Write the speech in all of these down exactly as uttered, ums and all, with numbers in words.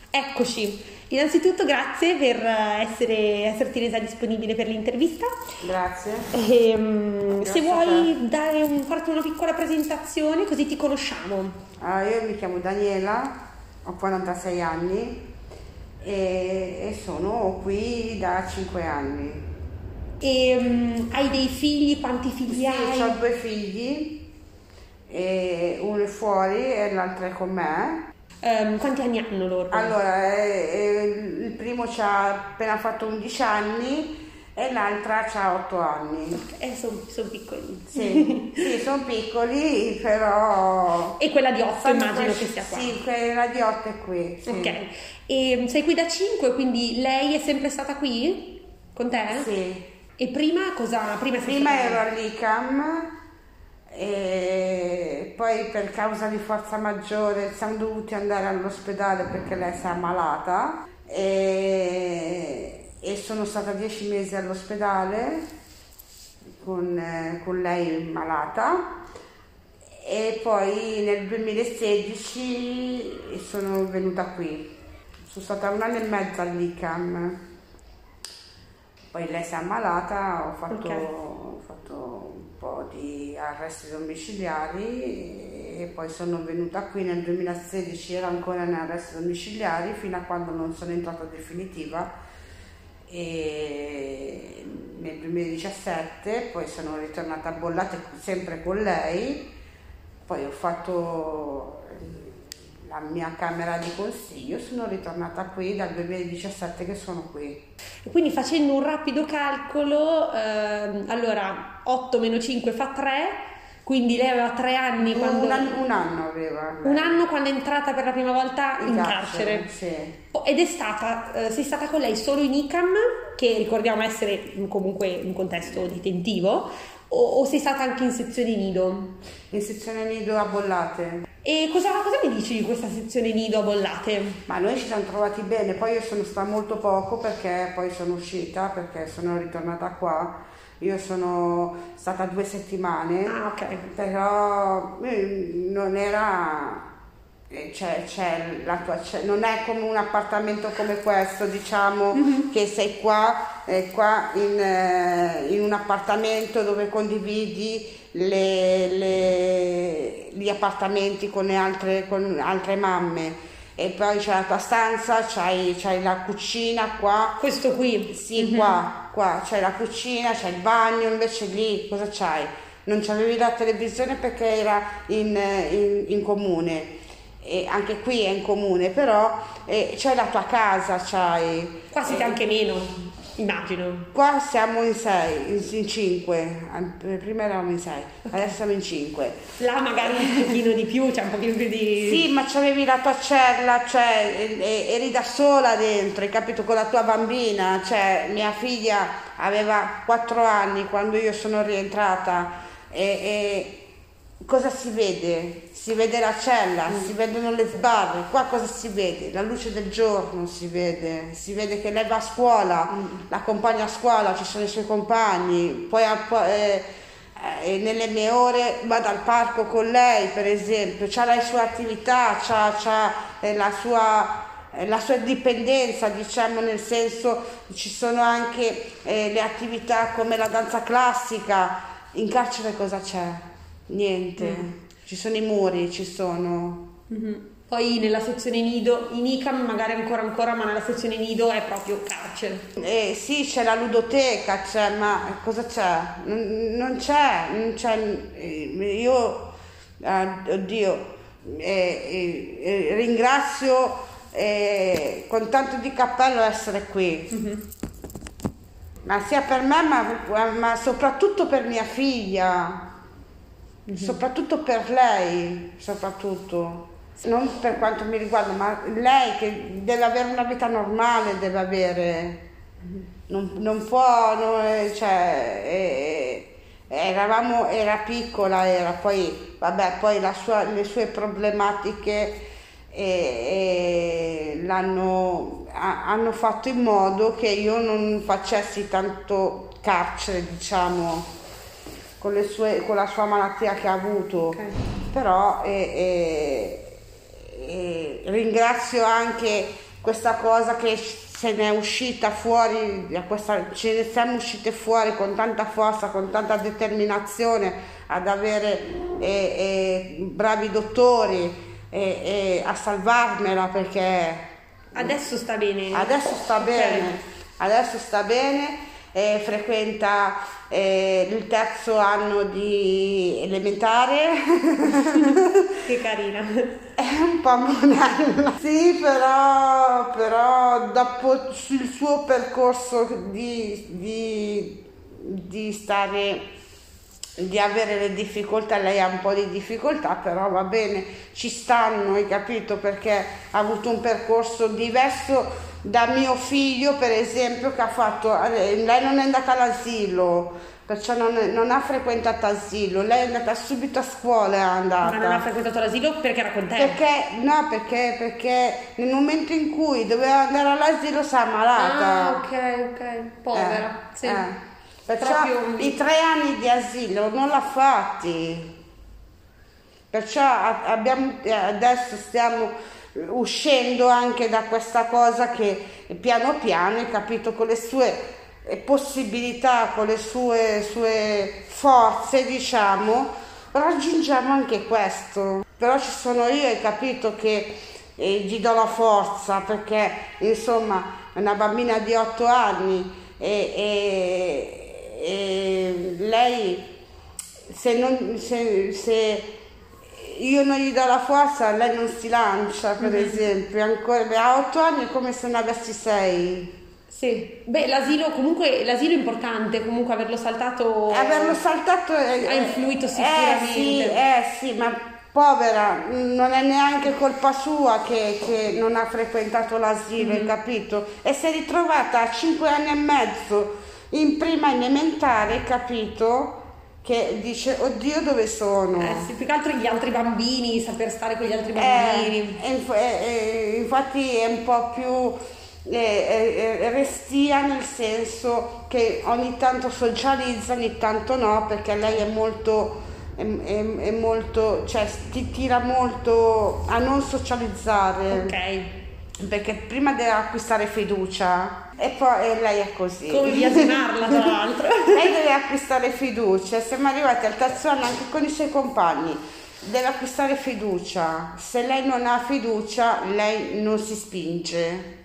Eccoci, innanzitutto grazie per essere, esserti resa disponibile per l'intervista. Grazie. E, um, grazie se vuoi dare un, farti una piccola presentazione così ti conosciamo. Uh, io mi chiamo Daniela, ho quarantasei anni e, e sono qui da cinque anni. E um, hai dei figli? Quanti figli sì, hai? Ho due figli, e uno è fuori e l'altro è con me. Um, quanti anni hanno loro? Allora, eh, eh, il primo ci ha appena fatto undici anni e l'altra ha otto anni. Eh, sono son piccoli. Sì, sì, sono piccoli, però... E quella di otto immagino cres- che sia qua. Sì, quella di otto è qui. Sì. Ok. E sei qui da cinque, quindi lei è sempre stata qui con te? Sì. E prima cosa? Prima, Prima ero all'I C A M e poi per causa di forza maggiore siamo dovuti andare all'ospedale perché lei si è ammalata e, e sono stata dieci mesi all'ospedale con, eh, con lei malata e poi nel duemilasedici sono venuta qui. Sono stata un anno e mezzo all'I C A M. Poi lei si è ammalata, ho fatto, Okay. ho fatto un po' di arresti domiciliari e poi sono venuta qui nel duemilasedici, ero ancora in arresti domiciliari fino a quando non sono entrata definitiva e nel duemiladiciassette poi sono ritornata a Bollate sempre con lei, poi ho fatto la mia camera di consiglio, sono ritornata qui dal duemiladiciassette che sono qui. Quindi facendo un rapido calcolo, ehm, allora otto meno cinque fa tre, quindi lei aveva tre anni quando... Un, anno, un anno aveva. Un anno quando è entrata per la prima volta in, in carcere. carcere. Sì. Ed è stata, eh, sei stata con lei solo in I C A M, che ricordiamo essere comunque un contesto detentivo, o, o sei stata anche in sezione nido? In sezione nido a Bollate. E cosa, cosa mi dici di questa sezione nido a Bollate? Ma noi ci siamo trovati bene, poi io sono stata molto poco perché poi sono uscita, perché sono ritornata qua. Io sono stata due settimane, ah, okay. Però non era... C'è, c'è la tua, c'è, non è come un appartamento come questo, diciamo, mm-hmm. che sei qua, eh, qua in, eh, in un appartamento dove condividi le, le, gli appartamenti con le altre, con altre mamme e poi c'è la tua stanza, c'hai, c'hai la cucina qua. Questo qui? Sì, mm-hmm. qua, qua c'hai la cucina, c'hai il bagno, invece lì cosa c'hai? Non c'avevi la televisione perché era in, in, in comune. E anche qui è in comune, però eh, c'è la tua casa, c'hai... Qua siete eh, anche meno, immagino. Qua siamo in sei, in, in cinque, prima eravamo in sei, okay. Adesso siamo in cinque. Là magari un pochino di più, c'è un pochino più di... Sì, ma c'avevi la tua cella, cioè eri da sola dentro, hai capito, con la tua bambina, cioè mia figlia aveva quattro anni quando io sono rientrata e... e cosa si vede? Si vede la cella, mm. si vedono le sbarre, qua cosa si vede? La luce del giorno si vede, si vede che lei va a scuola, mm. la compagna a scuola, ci sono i suoi compagni, poi eh, eh, nelle mie ore vado al parco con lei per esempio, c'ha le sue attività, c'ha, c'ha eh, la sua... la sua dipendenza, diciamo, nel senso ci sono anche eh, le attività come la danza classica. In carcere cosa c'è? Niente, mm. ci sono i muri, ci sono. Mm-hmm. Poi nella sezione nido, in I C A M magari ancora ancora, ma nella sezione nido è proprio carcere. Eh, sì, c'è la ludoteca, c'è, ma cosa c'è? Non, non c'è, non c'è. Io, eh, oddio, eh, eh, ringrazio eh, con tanto di cappello essere qui. Mm-hmm. Ma sia per me, ma, ma soprattutto per mia figlia. Mm-hmm. Soprattutto per lei, soprattutto, non per quanto mi riguarda, ma lei che deve avere una vita normale, deve avere, mm-hmm. non, non può, non, cioè, eh, eravamo, era piccola, era poi, vabbè, poi la sua, le sue problematiche eh, eh, l'hanno, ha, hanno fatto in modo che io non facessi tanto carcere, diciamo, con, le sue, con la sua malattia che ha avuto, okay. Però eh, eh, eh, ringrazio anche questa cosa che se ne è uscita fuori, questa, ce ne siamo uscite fuori con tanta forza, con tanta determinazione ad avere eh, eh, bravi dottori eh, eh, a salvarmela, perché adesso sta bene. Adesso sta bene, okay. adesso sta bene, eh, frequenta eh, il terzo anno di elementare. Che carina. È un po' monella. Sì, però, però dopo il suo percorso di, di, di stare, di avere le difficoltà, lei ha un po' di difficoltà, però va bene, ci stanno, hai capito? Perché ha avuto un percorso diverso da mio figlio, per esempio, che ha fatto, lei non è andata all'asilo, perciò non, è, non ha frequentato asilo, lei è andata subito a scuola, è andata. Ma non ha frequentato l'asilo perché era con te? Perché, no, perché, perché nel momento in cui doveva andare all'asilo si è ammalata. Ah, ok, ok, povera, eh, sì. Eh. Perciò Proprio... i tre anni di asilo non l'ha fatti, perciò abbiamo, adesso stiamo uscendo anche da questa cosa che piano piano, hai capito, con le sue possibilità, con le sue, sue forze, diciamo, raggiungiamo anche questo. Però ci sono io, hai capito, che eh, gli do la forza, perché insomma è una bambina di otto anni e, e e lei, se, non, se, se io non gli do la forza, lei non si lancia, per mm-hmm. esempio, ancora a otto anni è come se ne avessi sei. Sì, beh, l'asilo comunque, l'asilo è importante, comunque averlo saltato, averlo saltato è, ha influito sicuramente. Eh sì, eh sì, ma povera, non è neanche colpa sua che, che non ha frequentato l'asilo, mm-hmm. hai capito? E si è ritrovata a cinque anni e mezzo in prima elementare, capito? Che dice, oddio, dove sono? Eh sì, più che altro gli altri bambini, saper stare con gli altri bambini. Eh, eh, eh, infatti è un po' più eh, eh, restia, nel senso che ogni tanto socializza, ogni tanto no, perché lei è molto, è, è, è molto, cioè ti tira molto a non socializzare. Ok. Perché prima deve acquistare fiducia e poi e lei è così. Come biasimarla, tra l'altro. Lei deve acquistare fiducia, siamo arrivati al terzo anno anche con i suoi compagni, deve acquistare fiducia, se lei non ha fiducia lei non si spinge.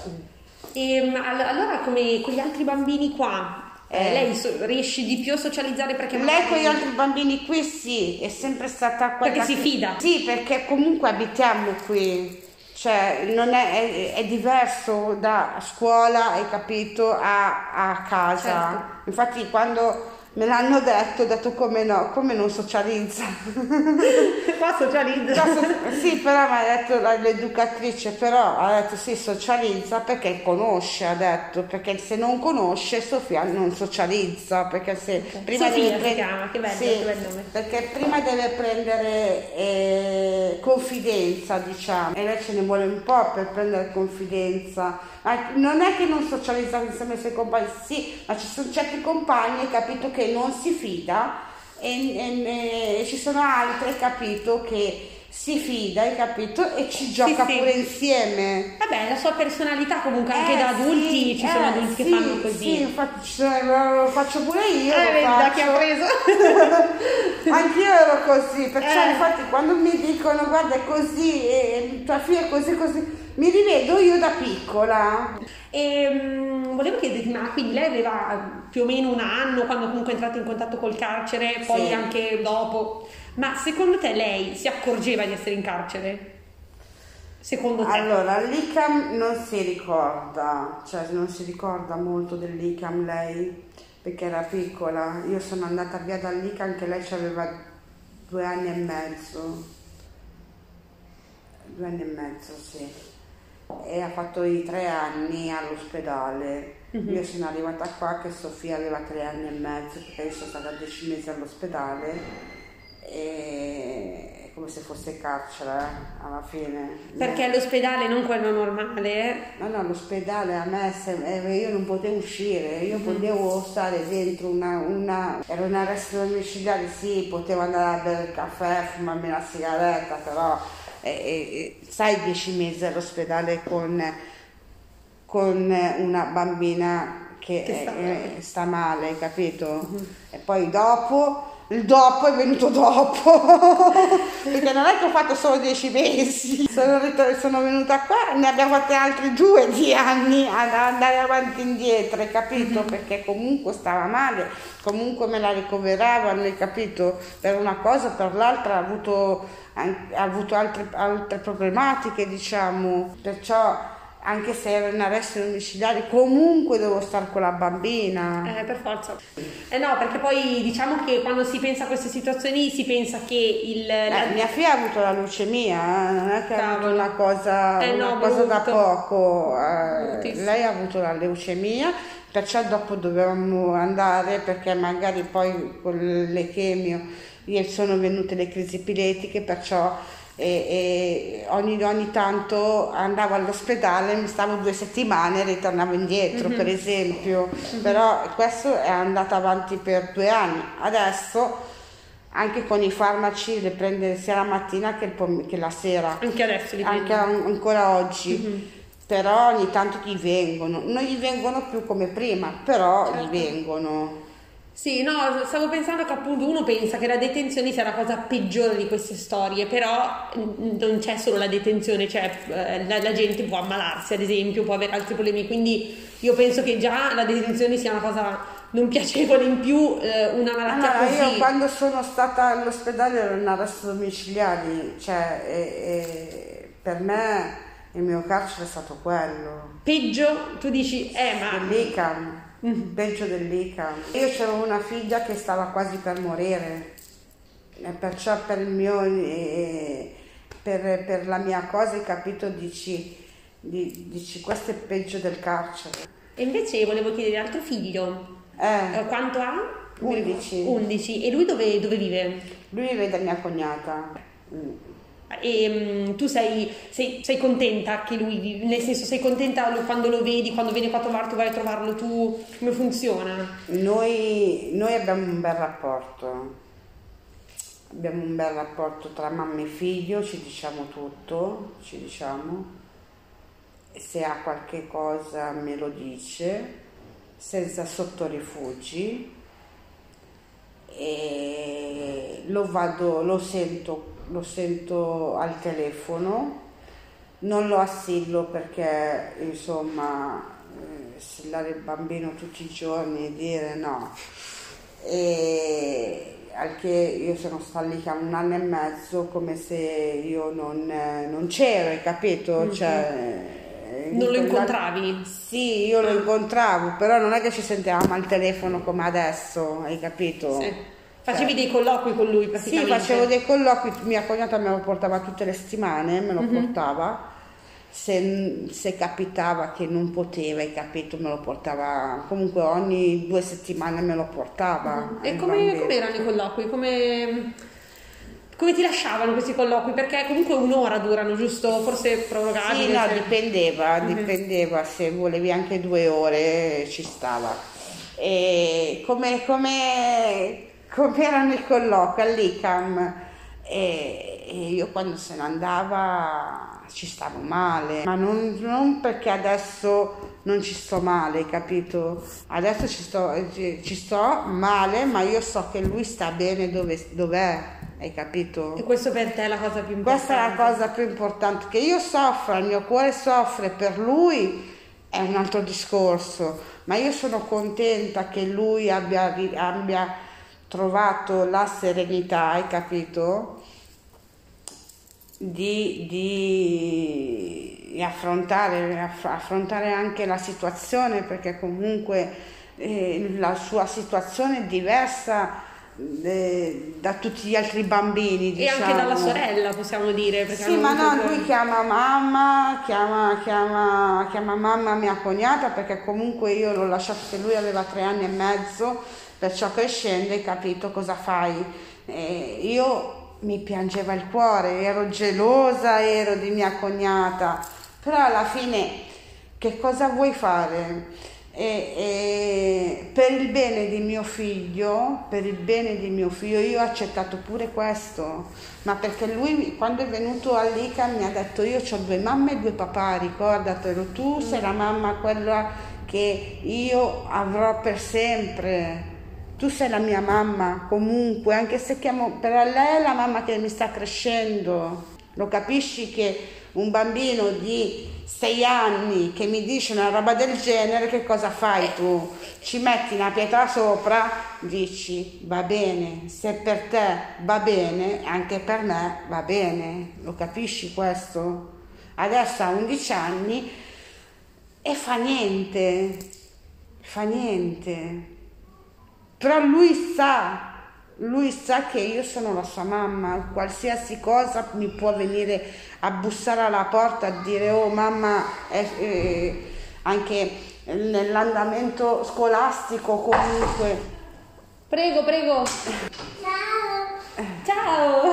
E allora come con gli altri bambini qua? Eh, lei so, riesce di più a socializzare perché lei magari... con gli altri bambini qui sì, è sempre stata quella perché si che... fida. Sì, perché comunque abitiamo qui. Cioè, non è, è, è diverso da scuola, hai capito, a, a casa. Certo. Infatti quando me l'hanno detto, ho detto come no, come non socializza. Qua socializza. Sì, però mi ha detto l'educatrice, però ha detto sì, socializza perché conosce, ha detto, perché se non conosce Sofia non socializza, perché se okay. prima Sofia deve si pre- chiama, che bello, sì, che bel nome. perché prima deve prendere eh, confidenza, diciamo, e lei ce ne vuole un po' per prendere confidenza. Ma non è che non socializza insieme ai suoi compagni, sì, ma ci sono certi compagni, capito, che non si fida e, e, e ci sono altri, capito, che si fida, hai capito, e ci gioca sì, pure sì. insieme. Vabbè, la sua personalità comunque, anche Eh, da adulti sì, ci sono eh, adulti sì, che fanno così. Sì, infatti ci sono, lo faccio pure io. Eh, lo vedi, da faccio. chi ha preso. Anch'io ero così, perciò Eh. infatti quando mi dicono guarda è così, e tua figlia è così, così, mi rivedo io da piccola. E um, volevo chiederti, ma quindi lei aveva più o meno un anno quando comunque è entrata in contatto col carcere, poi Sì. anche dopo, ma secondo te lei si accorgeva di essere in carcere? Secondo te? Allora, l'I C A M non si ricorda, cioè non si ricorda molto dell'I C A M lei, perché era piccola. Io sono andata via dall'I C A M che lei aveva due anni e mezzo, due anni e mezzo, sì. E ha fatto i tre anni all'ospedale. Mm-hmm. Io sono arrivata qua che Sofia aveva tre anni e mezzo, perché io sono stata dieci mesi all'ospedale, e è come se fosse carcere eh, alla fine. Perché all'ospedale, non quello normale? Eh? No, no, l'ospedale a me, se, io non potevo uscire, io mm-hmm. potevo stare dentro una, una... Era un arresto domiciliare, sì, potevo andare a bere il caffè, fumarmi la sigaretta, però eh, eh, stai dieci mesi all'ospedale con, con una bambina che, che sta, eh, sta male, capito? Mm-hmm. E poi dopo... Il dopo è venuto dopo, perché non è che ho fatto solo dieci mesi, sono, sono venuta qua, ne abbiamo fatte altri due di anni ad andare avanti e indietro, capito? Mm-hmm. Perché comunque stava male, comunque me la ricoveravano, hai capito? Per una cosa, per l'altra ha avuto, ha avuto altre, altre problematiche, diciamo, perciò... Anche se ero in arresto domiciliare, comunque devo stare con la bambina. Eh, per forza. Eh no, perché poi diciamo che quando si pensa a queste situazioni si pensa che il... Eh, la... Mia figlia ha avuto la leucemia, eh? Non è che Cavolo. ha avuto una cosa, eh, una no, cosa da brutto. poco. Eh, lei ha avuto la leucemia, perciò dopo dovevamo andare, perché magari poi con le chemio gli sono venute le crisi epiletiche, perciò... E, e ogni, ogni tanto andavo all'ospedale, mi stavo due settimane e ritornavo indietro, mm-hmm. per esempio, mm-hmm. però questo è andato avanti per due anni. Adesso anche con i farmaci le prende sia la mattina che, il pom- che la sera, anche adesso li anche an- ancora oggi, mm-hmm. però ogni tanto gli vengono, non gli vengono più come prima, però certo. gli vengono. Sì, no, stavo pensando che appunto uno pensa che la detenzione sia la cosa peggiore di queste storie, però non c'è solo la detenzione, cioè la, la gente può ammalarsi, ad esempio, può avere altri problemi, quindi io penso che già la detenzione sia una cosa non piacevole, in più eh, una malattia allora, così. Io quando sono stata all'ospedale ero in arresto domiciliare, cioè e, e per me il mio carcere è stato quello. Peggio? Tu dici, eh ma... L'I C A M. Mm-hmm. Peggio dell'I C A M. Io c'avevo una figlia che stava quasi per morire, e perciò per il mio eh, per, per la mia cosa, hai capito, dici, di, dici questo è peggio del carcere. E invece volevo chiedere altro figlio, eh, eh, quanto ha? undici. undici. E lui dove, dove vive? Lui vive da mia cognata. Mm. E um, tu sei, sei, sei contenta che lui, nel senso sei contenta quando lo vedi, quando viene qua a trovarti, vai a trovarlo tu, come funziona? Noi, noi abbiamo un bel rapporto, abbiamo un bel rapporto tra mamma e figlio, ci diciamo tutto, ci diciamo, se ha qualche cosa me lo dice, senza sottorifugi, e lo vado, lo sento lo sento al telefono, non lo assillo perché insomma eh, assillare il bambino tutti i giorni e dire no, e anche io sono stata lì un anno e mezzo come se io non, eh, non c'ero, hai capito? Mm-hmm. Cioè, non lo incontravi? Sì, io lo incontravo, però non è che ci sentivamo al telefono come adesso, hai capito? Sì. Facevi dei colloqui con lui praticamente? Sì, facevo dei colloqui, mia cognata me lo portava tutte le settimane, me lo mm-hmm. portava, se, se capitava che non poteva, hai capito, me lo portava, comunque ogni due settimane me lo portava. Mm-hmm. E come, come erano i colloqui? Come, come ti lasciavano questi colloqui? Perché comunque un'ora durano, giusto? Forse prorogabili? Sì, no, se... dipendeva, mm-hmm. dipendeva, se volevi anche due ore ci stava. E come... come come erano i colloqui all'I C A M, e, e io quando se ne andava ci stavo male, ma non, non perché adesso non ci sto male, capito? Adesso ci sto, ci sto male, ma io so che lui sta bene dove, dov'è, hai capito? E questo per te è la cosa più importante? Questa è la cosa più importante, che io soffra, il mio cuore soffre per lui è un altro discorso, ma io sono contenta che lui abbia, abbia trovato la serenità, hai capito, di, di affrontare, affrontare anche la situazione, perché comunque eh, la sua situazione è diversa eh, da tutti gli altri bambini, diciamo. E anche dalla sorella, possiamo dire. Perché sì, ma no, lui chiama mamma, chiama, chiama, chiama mamma mia cognata, perché comunque io l'ho lasciato che lui aveva tre anni e mezzo, perciò crescendo hai capito cosa fai. Eh, io mi piangeva il cuore, ero gelosa, ero di mia cognata, però alla fine che cosa vuoi fare? E, e per il bene di mio figlio, per il bene di mio figlio, io ho accettato pure questo, ma perché lui quando è venuto all'I C A M mi ha detto io ho due mamme e due papà, ricordatelo, tu sei la mamma quella che io avrò per sempre, tu sei la mia mamma comunque, anche se chiamo, per lei è la mamma che mi sta crescendo, lo capisci che un bambino di sei anni che mi dice una roba del genere, che cosa fai tu? Ci metti una pietra sopra, dici va bene, se per te va bene, anche per me va bene, lo capisci questo? Adesso ha undici anni e fa niente, fa niente, però lui sa, lui sa che io sono la sua mamma, qualsiasi cosa mi può venire a bussare alla porta, a dire oh mamma, è, eh, anche nell'andamento scolastico comunque. Prego, prego. Ciao. Ciao.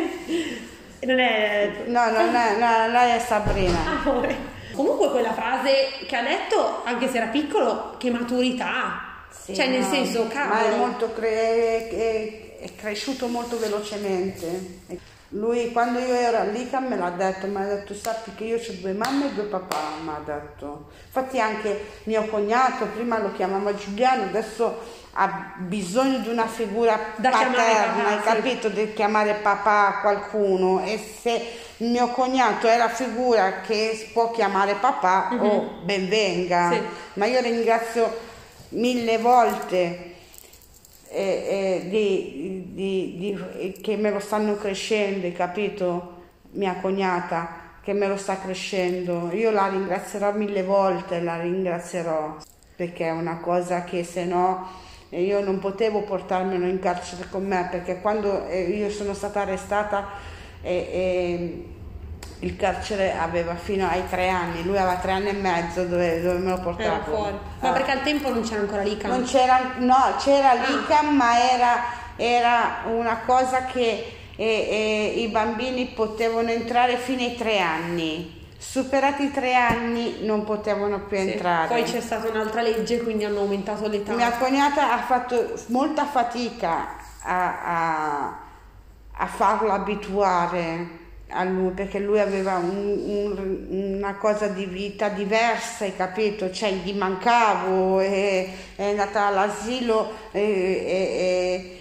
Non è... No, non è, no, lei è Sabrina. Amore. Comunque quella frase che ha detto, anche se era piccolo, che maturità. Sì, cioè nel no, senso, cavolo. ma è, molto cre- è, è cresciuto molto velocemente. Lui quando io ero all'I C A M me l'ha detto, mi ha detto sappi che io ho due mamme e due papà, mi ha detto. Infatti anche mio cognato, prima lo chiamava Giuliano, adesso ha bisogno di una figura da paterna, papà, hai capito, sì. Di chiamare papà a qualcuno, e se il mio cognato è la figura che può chiamare papà, mm-hmm. oh, ben venga. Sì. Ma io ringrazio mille volte eh, eh, di, di, di, che me lo stanno crescendo, hai capito? Mia cognata che me lo sta crescendo, io la ringrazierò mille volte, la ringrazierò, perché è una cosa che se no io non potevo portarmelo in carcere con me, perché quando eh, io sono stata arrestata eh, eh, il carcere aveva fino ai tre anni, lui aveva tre anni e mezzo dove, dove me lo portavo. Fuori. Ma ah. perché al tempo non c'era ancora l'I C A M? Non c'era, no, c'era l'I C A M, ah. ma era, era una cosa che eh, eh, i bambini potevano entrare fino ai tre anni. Superati i tre anni non potevano più sì. entrare. Poi c'è stata un'altra legge, quindi hanno aumentato l'età. Mia cognata ha fatto molta fatica a, a, a farlo abituare a lui, perché lui aveva un, un, una cosa di vita diversa, hai capito? Cioè gli mancavo, e, è andata all'asilo e, e,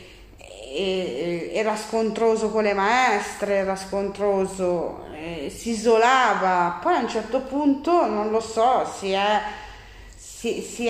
e, era scontroso con le maestre, era scontroso, e si isolava, poi a un certo punto non lo so, si è si, si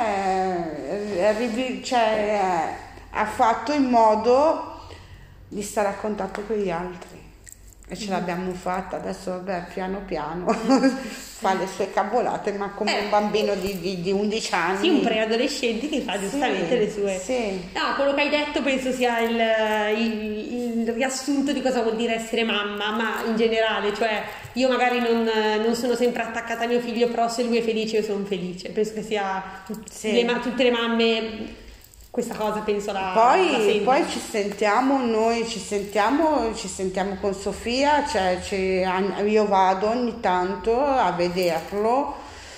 è, è cioè, è, ha fatto in modo di stare a contatto con gli altri. E ce l'abbiamo fatta, adesso vabbè, piano piano fa le sue cavolate, ma come eh, un bambino di, di, di undici anni. Sì, un preadolescente che fa giustamente sì, le sue. Sì. No, quello che hai detto penso sia il, il, il riassunto di cosa vuol dire essere mamma, ma in generale, cioè io magari non, non sono sempre attaccata a mio figlio, però se lui è felice io sono felice. Penso che sia sì. le, tutte le mamme... Questa cosa penso la poi, la poi ci sentiamo noi ci sentiamo ci sentiamo con Sofia, cioè ci, io vado ogni tanto a vederlo,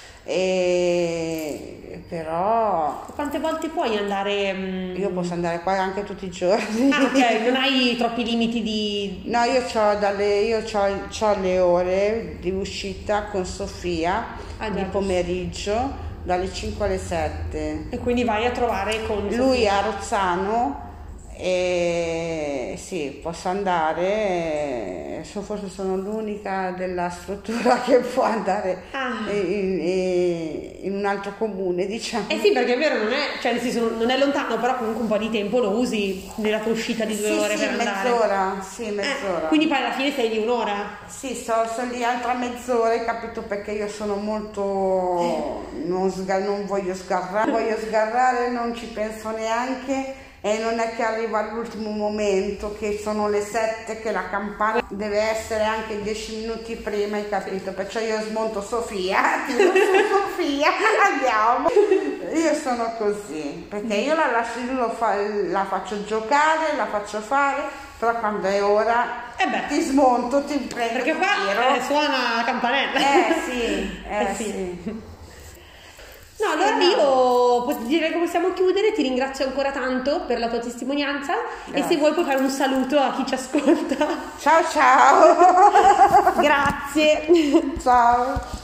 e però quante volte puoi andare? Mh... Io posso andare qua anche tutti i giorni. Ah, ok, non hai troppi limiti di... No, io ho dalle io c'ho, c'ho le ore di uscita con Sofia ah, di pomeriggio dalle cinque alle sette. E quindi vai a trovare con lui a Rozzano, e sì, posso andare, forse sono l'unica della struttura che può andare ah. in, in, in un altro comune, diciamo. Eh sì, perché è vero, non è, cioè nel senso, non è lontano, però comunque un po' di tempo lo usi nella tua uscita di due sì, ore sì, per andare. mezz'ora, sì, mezz'ora. Eh, quindi poi alla fine sei di un'ora? Sì, sto, sto lì altra mezz'ora, hai capito, perché io sono molto... non, sgar- non voglio sgarrare, voglio sgarrare, non ci penso neanche. E non è che arriva all'ultimo momento, che sono le sette, che la campana deve essere anche dieci minuti prima, hai capito? Perciò io smonto Sofia, tiro su Sofia, andiamo. Io sono così, perché io la lascio, io fa, la faccio giocare, la faccio fare, però quando è ora eh beh, ti smonto, ti prendo. Perché qua eh, suona la campanella. Eh sì, eh, eh sì. sì. No, allora Sì, no. io direi che possiamo chiudere, ti ringrazio ancora tanto per la tua testimonianza e se Grazie. vuoi puoi fare un saluto a chi ci ascolta. Ciao ciao. Grazie. Ciao.